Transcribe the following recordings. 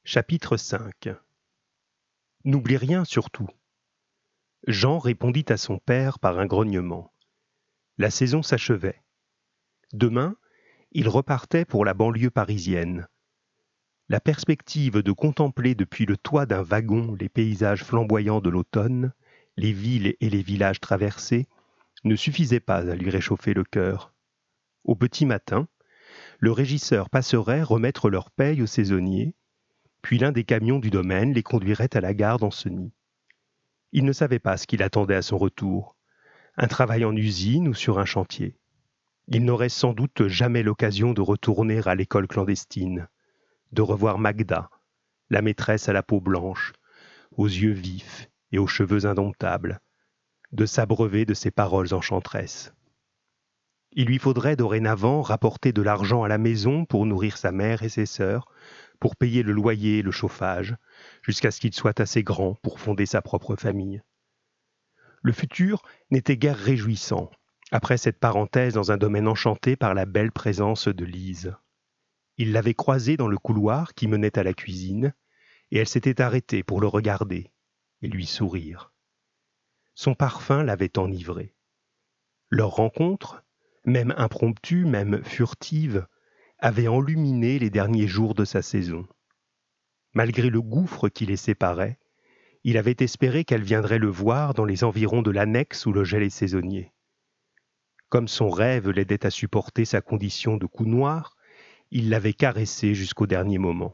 Chapitre 5. N'oublie rien surtout. Jean répondit à son père par un grognement. La saison s'achevait. Demain, il repartait pour la banlieue parisienne. La perspective de contempler depuis le toit d'un wagon les paysages flamboyants de l'automne, les villes et les villages traversés, ne suffisait pas à lui réchauffer le cœur. Au petit matin, le régisseur passerait remettre leur paye aux saisonniers, puis l'un des camions du domaine les conduirait à la gare d'Ancenis. Il ne savait pas ce qu'il attendait à son retour, un travail en usine ou sur un chantier. Il n'aurait sans doute jamais l'occasion de retourner à l'école clandestine, de revoir Magda, la maîtresse à la peau blanche, aux yeux vifs et aux cheveux indomptables, de s'abreuver de ses paroles enchanteresses. Il lui faudrait dorénavant rapporter de l'argent à la maison pour nourrir sa mère et ses sœurs, pour payer le loyer et le chauffage, jusqu'à ce qu'il soit assez grand pour fonder sa propre famille. Le futur n'était guère réjouissant, après cette parenthèse dans un domaine enchanté par la belle présence de Lise. Il l'avait croisée dans le couloir qui menait à la cuisine, et elle s'était arrêtée pour le regarder et lui sourire. Son parfum l'avait enivré. Leur rencontre, même impromptue, même furtive, avait enluminé les derniers jours de sa saison. Malgré le gouffre qui les séparait, il avait espéré qu'elle viendrait le voir dans les environs de l'annexe où logeaient les saisonniers. Comme son rêve l'aidait à supporter sa condition de cou noir, il l'avait caressée jusqu'au dernier moment.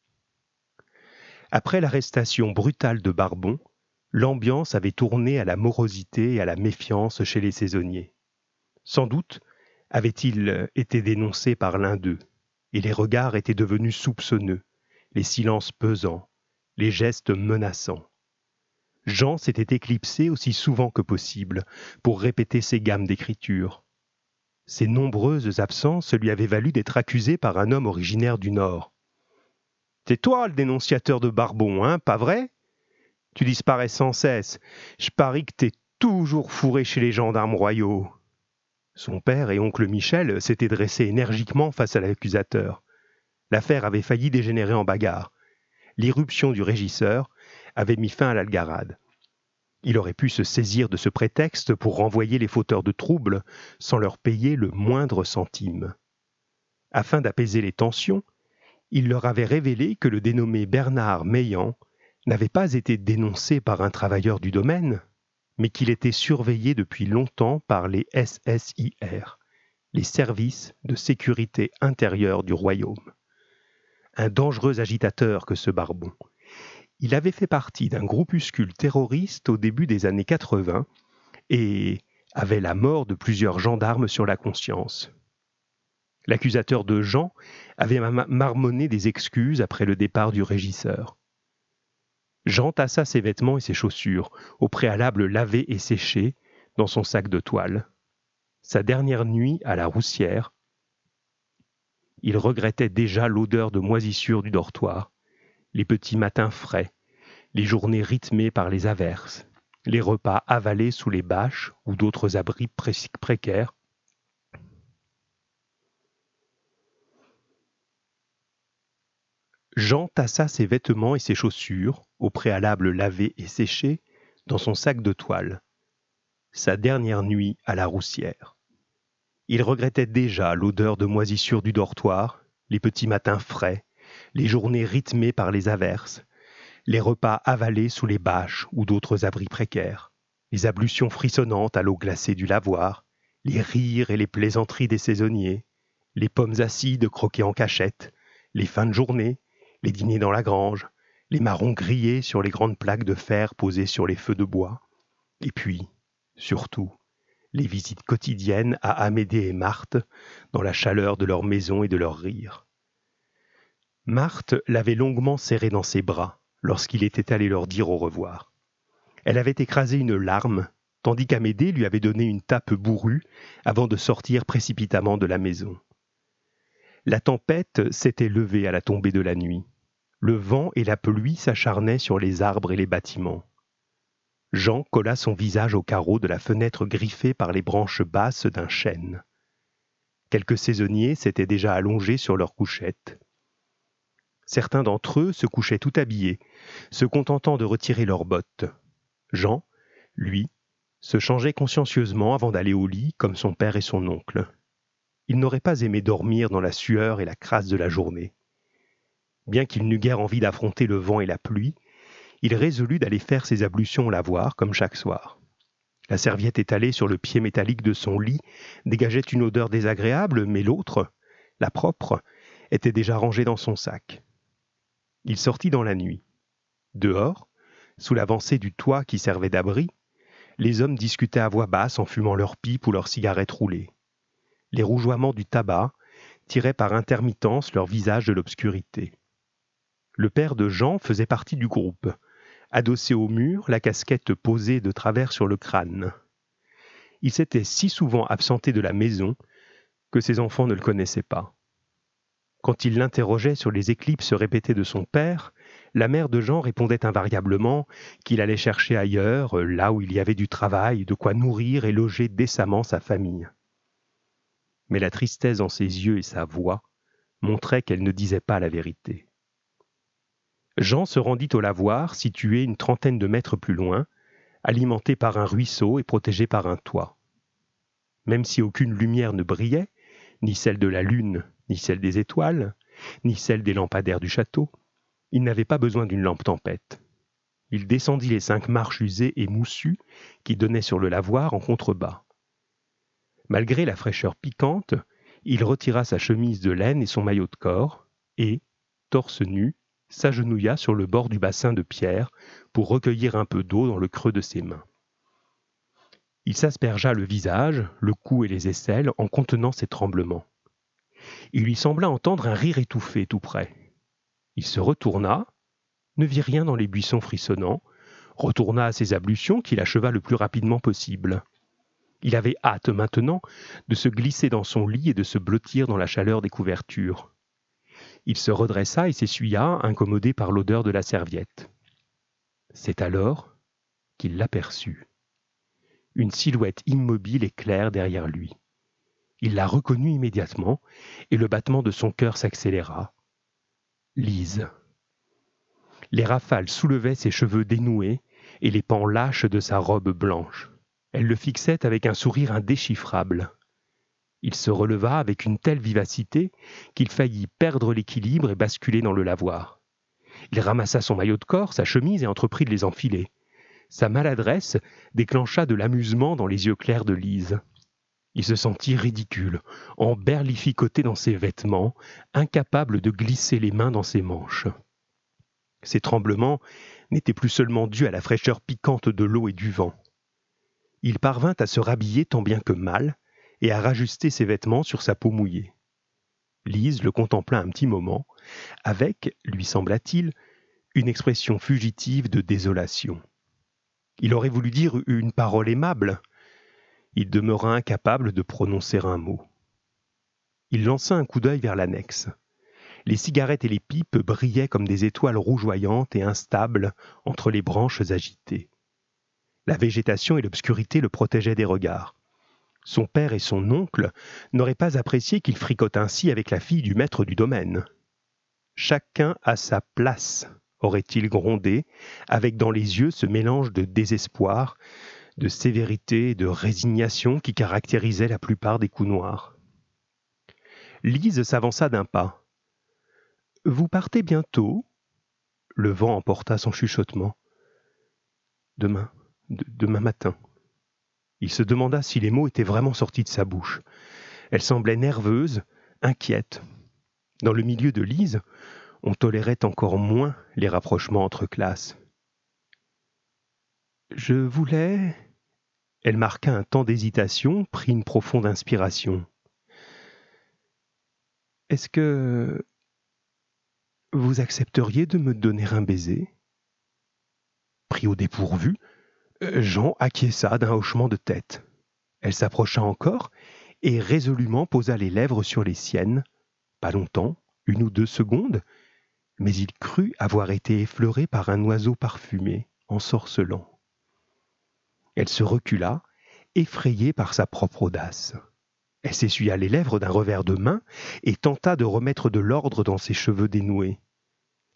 Après l'arrestation brutale de Barbon, l'ambiance avait tourné à la morosité et à la méfiance chez les saisonniers. Sans doute avait-il été dénoncé par l'un d'eux, et les regards étaient devenus soupçonneux, les silences pesants, les gestes menaçants. Jean s'était éclipsé aussi souvent que possible pour répéter ses gammes d'écriture. Ses nombreuses absences lui avaient valu d'être accusé par un homme originaire du Nord. « C'est toi le dénonciateur de Barbon, hein, pas vrai ? Tu disparais sans cesse. Je parie que t'es toujours fourré chez les gendarmes royaux. » Son père et oncle Michel s'étaient dressés énergiquement face à l'accusateur. L'affaire avait failli dégénérer en bagarre. L'irruption du régisseur avait mis fin à l'algarade. Il aurait pu se saisir de ce prétexte pour renvoyer les fauteurs de troubles sans leur payer le moindre centime. Afin d'apaiser les tensions, il leur avait révélé que le dénommé Bernard Meillan n'avait pas été dénoncé par un travailleur du domaine, mais qu'il était surveillé depuis longtemps par les SSIR, les services de sécurité intérieure du royaume. Un dangereux agitateur que ce Barbon. Il avait fait partie d'un groupuscule terroriste au début des années 80 et avait la mort de plusieurs gendarmes sur la conscience. L'accusateur de Jean avait marmonné des excuses après le départ du régisseur. Jean tassa ses vêtements et ses chaussures, au préalable lavés et séchés, dans son sac de toile. Sa dernière nuit à la Roussière, il regrettait déjà l'odeur de moisissure du dortoir, les petits matins frais, les journées rythmées par les averses, les repas avalés sous les bâches ou d'autres abris précaires. Jean tassa ses vêtements et ses chaussures, au préalable lavés et séchés, dans son sac de toile. Sa dernière nuit à la Roussière. Il regrettait déjà l'odeur de moisissure du dortoir, les petits matins frais, les journées rythmées par les averses, les repas avalés sous les bâches ou d'autres abris précaires, les ablutions frissonnantes à l'eau glacée du lavoir, les rires et les plaisanteries des saisonniers, les pommes acides croquées en cachette, les fins de journée, les dîners dans la grange, les marrons grillés sur les grandes plaques de fer posées sur les feux de bois, et puis, surtout, les visites quotidiennes à Amédée et Marthe dans la chaleur de leur maison et de leurs rires. Marthe l'avait longuement serré dans ses bras lorsqu'il était allé leur dire au revoir. Elle avait écrasé une larme, tandis qu'Amédée lui avait donné une tape bourrue avant de sortir précipitamment de la maison. La tempête s'était levée à la tombée de la nuit. Le vent et la pluie s'acharnaient sur les arbres et les bâtiments. Jean colla son visage au carreau de la fenêtre griffée par les branches basses d'un chêne. Quelques saisonniers s'étaient déjà allongés sur leurs couchettes. Certains d'entre eux se couchaient tout habillés, se contentant de retirer leurs bottes. Jean, lui, se changeait consciencieusement avant d'aller au lit, comme son père et son oncle. Il n'aurait pas aimé dormir dans la sueur et la crasse de la journée. Bien qu'il n'eût guère envie d'affronter le vent et la pluie, il résolut d'aller faire ses ablutions au lavoir, comme chaque soir. La serviette étalée sur le pied métallique de son lit dégageait une odeur désagréable, mais l'autre, la propre, était déjà rangée dans son sac. Il sortit dans la nuit. Dehors, sous l'avancée du toit qui servait d'abri, les hommes discutaient à voix basse en fumant leurs pipes ou leurs cigarettes roulées. Les rougeoiements du tabac tiraient par intermittence leur visage de l'obscurité. Le père de Jean faisait partie du groupe, adossé au mur, la casquette posée de travers sur le crâne. Il s'était si souvent absenté de la maison que ses enfants ne le connaissaient pas. Quand il l'interrogeait sur les éclipses répétées de son père, la mère de Jean répondait invariablement qu'il allait chercher ailleurs, là où il y avait du travail, de quoi nourrir et loger décemment sa famille. Mais la tristesse dans ses yeux et sa voix montraient qu'elle ne disait pas la vérité. Jean se rendit au lavoir, situé une trentaine de mètres plus loin, alimenté par un ruisseau et protégé par un toit. Même si aucune lumière ne brillait, ni celle de la lune, ni celle des étoiles, ni celle des lampadaires du château, il n'avait pas besoin d'une lampe tempête. Il descendit les 5 marches usées et moussues qui donnaient sur le lavoir en contrebas. Malgré la fraîcheur piquante, il retira sa chemise de laine et son maillot de corps et, torse nu, s'agenouilla sur le bord du bassin de pierre pour recueillir un peu d'eau dans le creux de ses mains. Il s'aspergea le visage, le cou et les aisselles en contenant ses tremblements. Il lui sembla entendre un rire étouffé tout près. Il se retourna, ne vit rien dans les buissons frissonnants, retourna à ses ablutions qu'il acheva le plus rapidement possible. Il avait hâte maintenant de se glisser dans son lit et de se blottir dans la chaleur des couvertures. Il se redressa et s'essuya, incommodé par l'odeur de la serviette. C'est alors qu'il l'aperçut. Une silhouette immobile et claire derrière lui. Il la reconnut immédiatement et le battement de son cœur s'accéléra. Lise. Les rafales soulevaient ses cheveux dénoués et les pans lâches de sa robe blanche. Elle le fixait avec un sourire indéchiffrable. Il se releva avec une telle vivacité qu'il faillit perdre l'équilibre et basculer dans le lavoir. Il ramassa son maillot de corps, sa chemise et entreprit de les enfiler. Sa maladresse déclencha de l'amusement dans les yeux clairs de Lise. Il se sentit ridicule, emberlificoté dans ses vêtements, incapable de glisser les mains dans ses manches. Ses tremblements n'étaient plus seulement dus à la fraîcheur piquante de l'eau et du vent. Il parvint à se rhabiller tant bien que mal et à rajuster ses vêtements sur sa peau mouillée. Lise le contempla un petit moment, avec, lui sembla-t-il, une expression fugitive de désolation. Il aurait voulu dire une parole aimable. Il demeura incapable de prononcer un mot. Il lança un coup d'œil vers l'annexe. Les cigarettes et les pipes brillaient comme des étoiles rougeoyantes et instables entre les branches agitées. La végétation et l'obscurité le protégeaient des regards. Son père et son oncle n'auraient pas apprécié qu'il fricote ainsi avec la fille du maître du domaine. Chacun à sa place, aurait-il grondé, avec dans les yeux ce mélange de désespoir, de sévérité et de résignation qui caractérisait la plupart des coups noirs. Lise s'avança d'un pas. « Vous partez bientôt ?» Le vent emporta son chuchotement. « Demain matin. » Il se demanda si les mots étaient vraiment sortis de sa bouche. Elle semblait nerveuse, inquiète. Dans le milieu de Lise, on tolérait encore moins les rapprochements entre classes. « Je voulais... » Elle marqua un temps d'hésitation, prit une profonde inspiration. « Est-ce que vous accepteriez de me donner un baiser ?» Pris au dépourvu, Jean acquiesça d'un hochement de tête. Elle s'approcha encore et résolument posa les lèvres sur les siennes, pas longtemps, 1 ou 2 secondes, mais il crut avoir été effleuré par un oiseau parfumé, ensorcelant. Elle se recula, effrayée par sa propre audace. Elle s'essuya les lèvres d'un revers de main et tenta de remettre de l'ordre dans ses cheveux dénoués.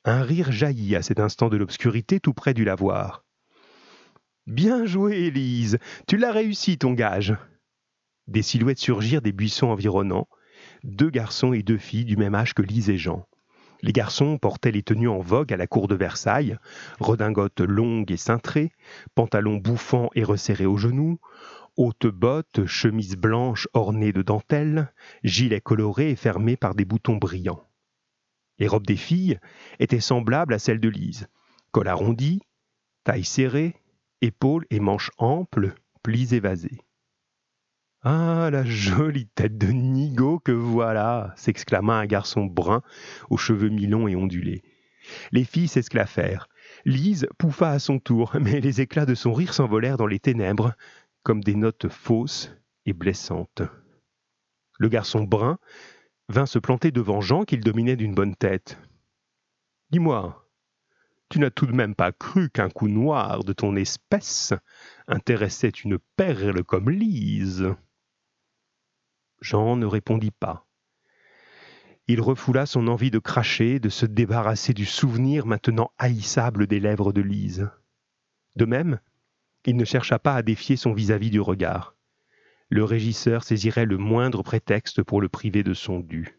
Un rire jaillit à cet instant de l'obscurité tout près du lavoir. « Bien joué, Élise, tu l'as réussi ton gage !» Des silhouettes surgirent des buissons environnants, 2 garçons et 2 filles du même âge que Lise et Jean. Les garçons portaient les tenues en vogue à la cour de Versailles, redingotes longues et cintrées, pantalons bouffants et resserrés aux genoux, hautes bottes, chemises blanches ornées de dentelles, gilets colorés et fermés par des boutons brillants. Les robes des filles étaient semblables à celles de Lise, col arrondi, taille serrée, épaules et manches amples, plis évasés. « Ah, la jolie tête de nigaud que voilà !» s'exclama un garçon brun aux cheveux mi-longs et ondulés. Les filles s'esclaffèrent. Lise pouffa à son tour, mais les éclats de son rire s'envolèrent dans les ténèbres, comme des notes fausses et blessantes. Le garçon brun vint se planter devant Jean qu'il dominait d'une bonne tête. « Dis-moi, tu n'as tout de même pas cru qu'un coup noir de ton espèce intéressait une perle comme Lise ?» Jean ne répondit pas. Il refoula son envie de cracher, de se débarrasser du souvenir maintenant haïssable des lèvres de Lise. De même, il ne chercha pas à défier son vis-à-vis du regard. Le régisseur saisirait le moindre prétexte pour le priver de son dû.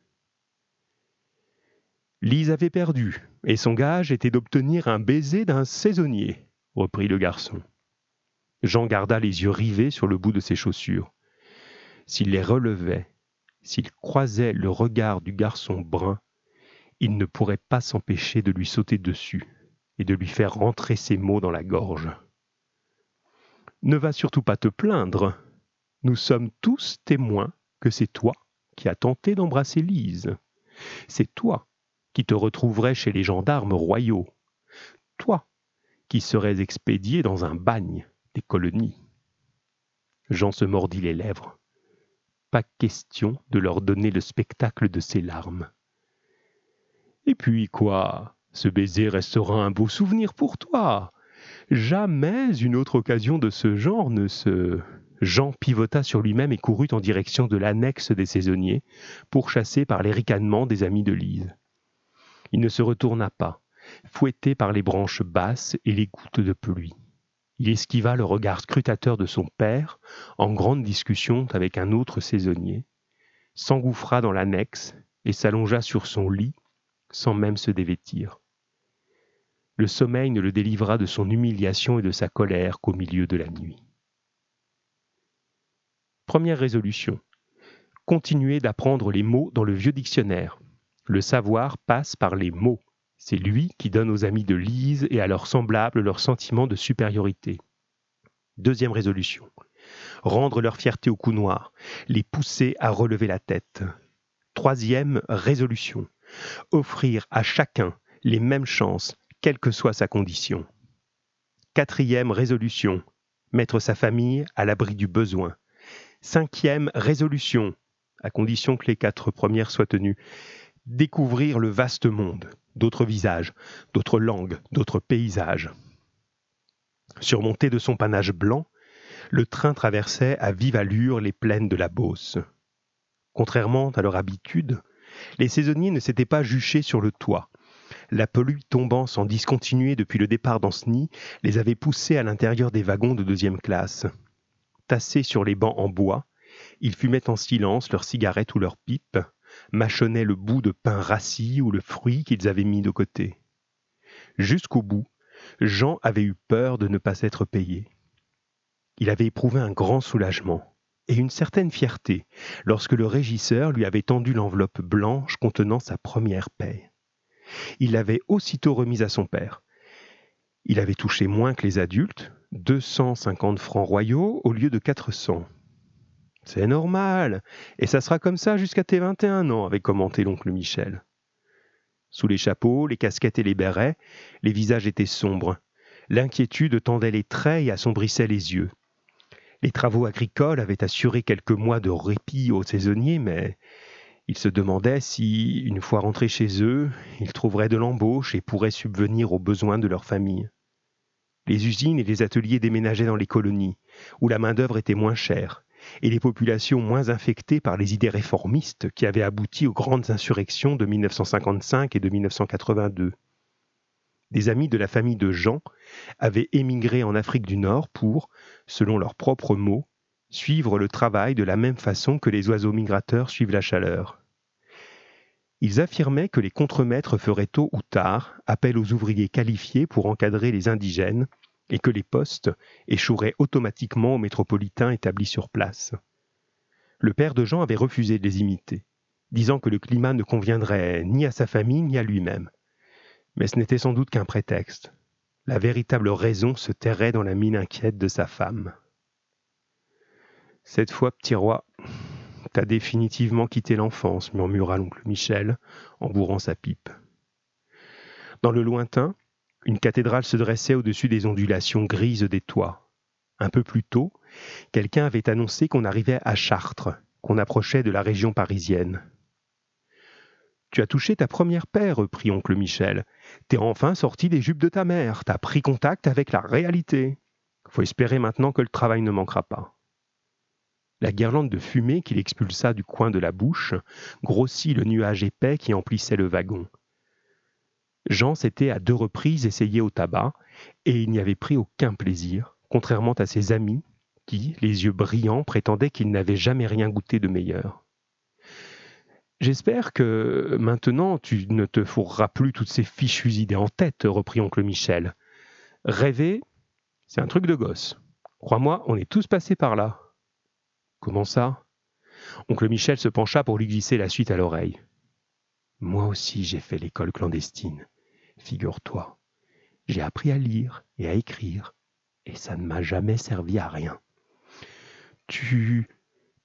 Lise avait perdu, et son gage était d'obtenir un baiser d'un saisonnier, reprit le garçon. Jean garda les yeux rivés sur le bout de ses chaussures. S'il les relevait, s'il croisait le regard du garçon brun, il ne pourrait pas s'empêcher de lui sauter dessus et de lui faire rentrer ses mots dans la gorge. « Ne va surtout pas te plaindre. Nous sommes tous témoins que c'est toi qui as tenté d'embrasser Lise. C'est toi qui te retrouverais chez les gendarmes royaux. Toi qui serais expédié dans un bagne des colonies. » Jean se mordit les lèvres. Pas question de leur donner le spectacle de ses larmes. « Et puis quoi ? Ce baiser restera un beau souvenir pour toi. Jamais une autre occasion de ce genre ne se... » Jean pivota sur lui-même et courut en direction de l'annexe des saisonniers, pourchassé par les ricanements des amis de Lise. Il ne se retourna pas, fouetté par les branches basses et les gouttes de pluie. Il esquiva le regard scrutateur de son père, en grande discussion avec un autre saisonnier, s'engouffra dans l'annexe et s'allongea sur son lit, sans même se dévêtir. Le sommeil ne le délivra de son humiliation et de sa colère qu'au milieu de la nuit. Première résolution. Continuer d'apprendre les mots dans le vieux dictionnaire. Le savoir passe par les mots. C'est lui qui donne aux amis de Lise et à leurs semblables leur sentiment de supériorité. Deuxième résolution. Rendre leur fierté au cou noir, les pousser à relever la tête. Troisième résolution. Offrir à chacun les mêmes chances, quelle que soit sa condition. Quatrième résolution. Mettre sa famille à l'abri du besoin. Cinquième résolution, à condition que les 4 premières soient tenues. Découvrir le vaste monde, d'autres visages, d'autres langues, d'autres paysages. Surmonté de son panache blanc, le train traversait à vive allure les plaines de la Beauce. Contrairement à leur habitude, les saisonniers ne s'étaient pas juchés sur le toit. La pluie tombant sans discontinuer depuis le départ d'Ancenis les avait poussés à l'intérieur des wagons de 2e classe. Tassés sur les bancs en bois, ils fumaient en silence leurs cigarettes ou leurs pipes, mâchonnaient le bout de pain rassis ou le fruit qu'ils avaient mis de côté. Jusqu'au bout, Jean avait eu peur de ne pas être payé. Il avait éprouvé un grand soulagement et une certaine fierté lorsque le régisseur lui avait tendu l'enveloppe blanche contenant sa première paie. Il l'avait aussitôt remise à son père. Il avait touché moins que les adultes, 250 francs royaux au lieu de 400. « C'est normal, et ça sera comme ça jusqu'à tes 21 ans, avait commenté l'oncle Michel. Sous les chapeaux, les casquettes et les bérets, les visages étaient sombres. L'inquiétude tendait les traits et assombrissait les yeux. Les travaux agricoles avaient assuré quelques mois de répit aux saisonniers, mais ils se demandaient si, une fois rentrés chez eux, ils trouveraient de l'embauche et pourraient subvenir aux besoins de leur famille. Les usines et les ateliers déménageaient dans les colonies, où la main-d'œuvre était moins chère, et les populations moins infectées par les idées réformistes qui avaient abouti aux grandes insurrections de 1955 et de 1982. des amis de la famille de Jean avaient émigré en Afrique du Nord pour, selon leurs propres mots, suivre le travail de la même façon que les oiseaux migrateurs suivent la chaleur. Ils affirmaient que les contremaîtres feraient tôt ou tard appel aux ouvriers qualifiés pour encadrer les indigènes et que les postes échoueraient automatiquement aux métropolitains établis sur place. Le père de Jean avait refusé de les imiter, disant que le climat ne conviendrait ni à sa famille ni à lui-même. Mais ce n'était sans doute qu'un prétexte. La véritable raison se terrait dans la mine inquiète de sa femme. « Cette fois, petit roi, t'as définitivement quitté l'enfance, » murmura l'oncle Michel en bourrant sa pipe. Dans le lointain, une cathédrale se dressait au-dessus des ondulations grises des toits. Un peu plus tôt, quelqu'un avait annoncé qu'on arrivait à Chartres, qu'on approchait de la région parisienne. « Tu as touché ta première paix, » reprit oncle Michel. « T'es enfin sorti des jupes de ta mère, t'as pris contact avec la réalité. Faut espérer maintenant que le travail ne manquera pas. » La guirlande de fumée qu'il expulsa du coin de la bouche grossit le nuage épais qui emplissait le wagon. Jean s'était à 2 reprises essayé au tabac, et il n'y avait pris aucun plaisir, contrairement à ses amis qui, les yeux brillants, prétendaient qu'ils n'avaient jamais rien goûté de meilleur. « J'espère que, maintenant, tu ne te fourreras plus toutes ces fichues idées en tête, » reprit oncle Michel. « Rêver, c'est un truc de gosse. Crois-moi, on est tous passés par là. » « Comment ça ?» Oncle Michel se pencha pour lui glisser la suite à l'oreille. « Moi aussi, j'ai fait l'école clandestine. Figure-toi. J'ai appris à lire et à écrire, et ça ne m'a jamais servi à rien. »« Tu savais ?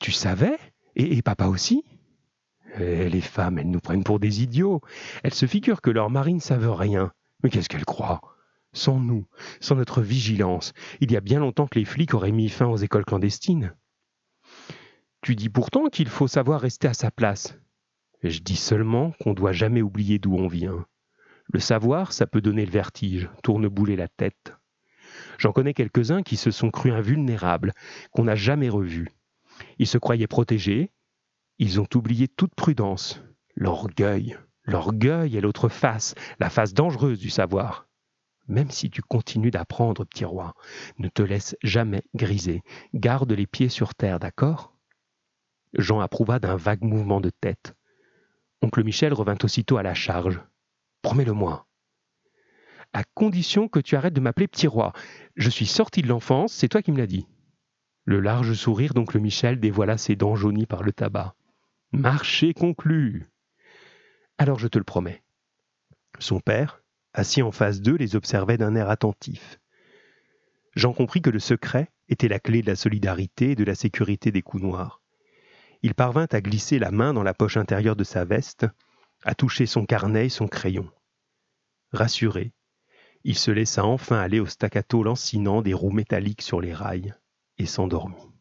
Et papa aussi ? » Les femmes, elles nous prennent pour des idiots. Elles se figurent que leurs maris ne savent rien. Mais qu'est-ce qu'elles croient ? Sans nous, sans notre vigilance, il y a bien longtemps que les flics auraient mis fin aux écoles clandestines. Tu dis pourtant qu'il faut savoir rester à sa place. Je dis seulement qu'on ne doit jamais oublier d'où on vient. Le savoir, ça peut donner le vertige, tournebouler la tête. J'en connais quelques-uns qui se sont crus invulnérables, qu'on n'a jamais revus. Ils se croyaient protégés, ils ont oublié toute prudence. L'orgueil est l'autre face, la face dangereuse du savoir. Même si tu continues d'apprendre, petit roi, ne te laisse jamais griser. Garde les pieds sur terre, d'accord ? Jean approuva d'un vague mouvement de tête. Oncle Michel revint aussitôt à la charge. « Promets-le-moi. »« À condition que tu arrêtes de m'appeler petit roi. Je suis sorti de l'enfance, c'est toi qui me l'as dit. » Le large sourire d'oncle Michel dévoila ses dents jaunies par le tabac. « Marché conclu. »« Alors je te le promets. » Son père, assis en face d'eux, les observait d'un air attentif. Jean comprit que le secret était la clé de la solidarité et de la sécurité des coups noirs. Il parvint à glisser la main dans la poche intérieure de sa veste, à toucher son carnet et son crayon. Rassuré, il se laissa enfin aller au staccato lancinant des roues métalliques sur les rails et s'endormit.